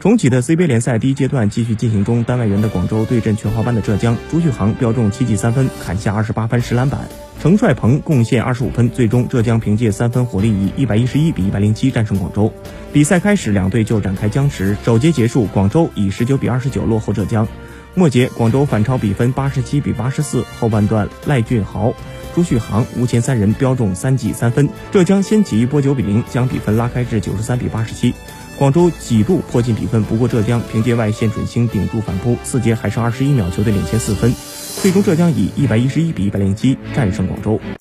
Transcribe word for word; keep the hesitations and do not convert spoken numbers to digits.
重启的 C 杯联赛第一阶段继续进行中，单外援的广州对阵全华班的浙江，朱旭航标中七记三分，砍下二十八分十篮板，程帅鹏贡献二十五分，最终浙江凭借三分火力以一百一十一比一百零七战胜广州。比赛开始，两队就展开僵持，首节结束，广州以十九比二十九落后浙江。末节，广州反超比分八十七比八十四，后半段赖俊豪、朱旭航、吴前三人标中三记三分，浙江掀起一波九比零，将比分拉开至九十三比八十七。广州几度迫近比分，不过浙江凭借外线准星顶住反扑，四节还剩二十一秒，球队领先四分，最终浙江以一百一十一比一百零七战胜广州。